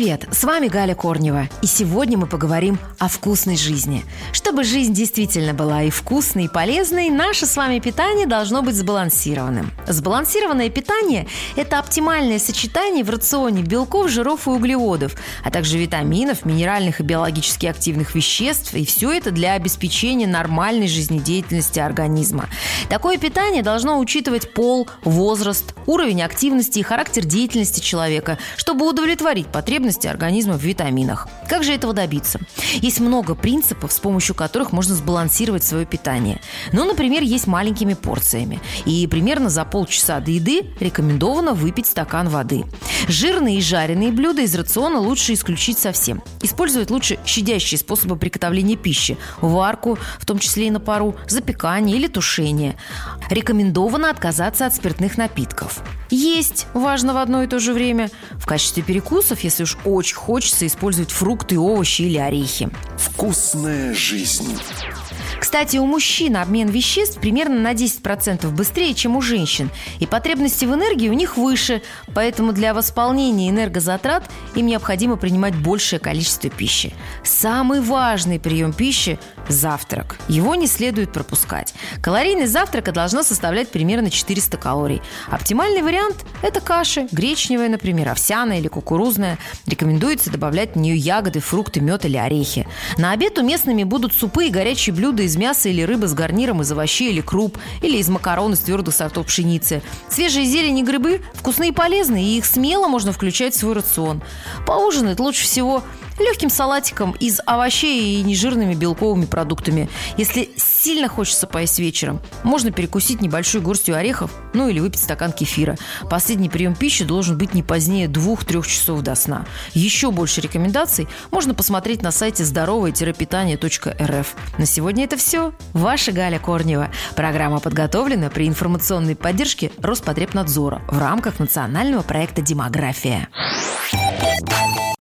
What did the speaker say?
Привет, с вами Галя Корнева, и сегодня мы поговорим о вкусной жизни. Чтобы жизнь действительно была и вкусной, и полезной, наше с вами питание должно быть сбалансированным. Сбалансированное питание – это оптимальное сочетание в рационе белков, жиров и углеводов, а также витаминов, минеральных и биологически активных веществ, и все это для обеспечения нормальной жизнедеятельности организма. Такое питание должно учитывать пол, возраст, уровень активности и характер деятельности человека, чтобы удовлетворить потребности организма в витаминах. Как же этого добиться? Есть много принципов, с помощью которых можно сбалансировать свое питание. Например, есть маленькими порциями. И примерно за полчаса до еды рекомендовано выпить стакан воды. Жирные и жареные блюда из рациона лучше исключить совсем. Использовать лучше щадящие способы приготовления пищи. Варку, в том числе и на пару, запекание или тушение. Рекомендовано отказаться от спиртных напитков. Есть важно в одно и то же время. В качестве перекусов, если уж очень хочется, использовать фрукты, овощи или орехи. Вкусная жизнь. Кстати, у мужчин обмен веществ примерно на 10% быстрее, чем у женщин. И потребности в энергии у них выше. Поэтому для восполнения энергозатрат им необходимо принимать большее количество пищи. Самый важный прием пищи – завтрак. Его не следует пропускать. Калорийность завтрака должна составлять примерно 400 калорий. Оптимальный вариант – это каши. Гречневая, например, овсяная или кукурузная. Рекомендуется добавлять в нее ягоды, фрукты, мед или орехи. На обед уместными будут супы и горячие блюда из мяса или рыбы с гарниром из овощей или круп, или из макарон из твердых сортов пшеницы. Свежие зелени и грибы вкусные и полезные, и их смело можно включать в свой рацион. Поужинать лучше всего легким салатиком из овощей и нежирными белковыми продуктами. Если сильно хочется поесть вечером, можно перекусить небольшой горстью орехов, или выпить стакан кефира. Последний прием пищи должен быть не позднее 2-3 часов до сна. Еще больше рекомендаций можно посмотреть на сайте здоровое-питание.рф. На сегодня это все. Ваша Галя Корнева. Программа подготовлена при информационной поддержке Роспотребнадзора в рамках национального проекта «Демография».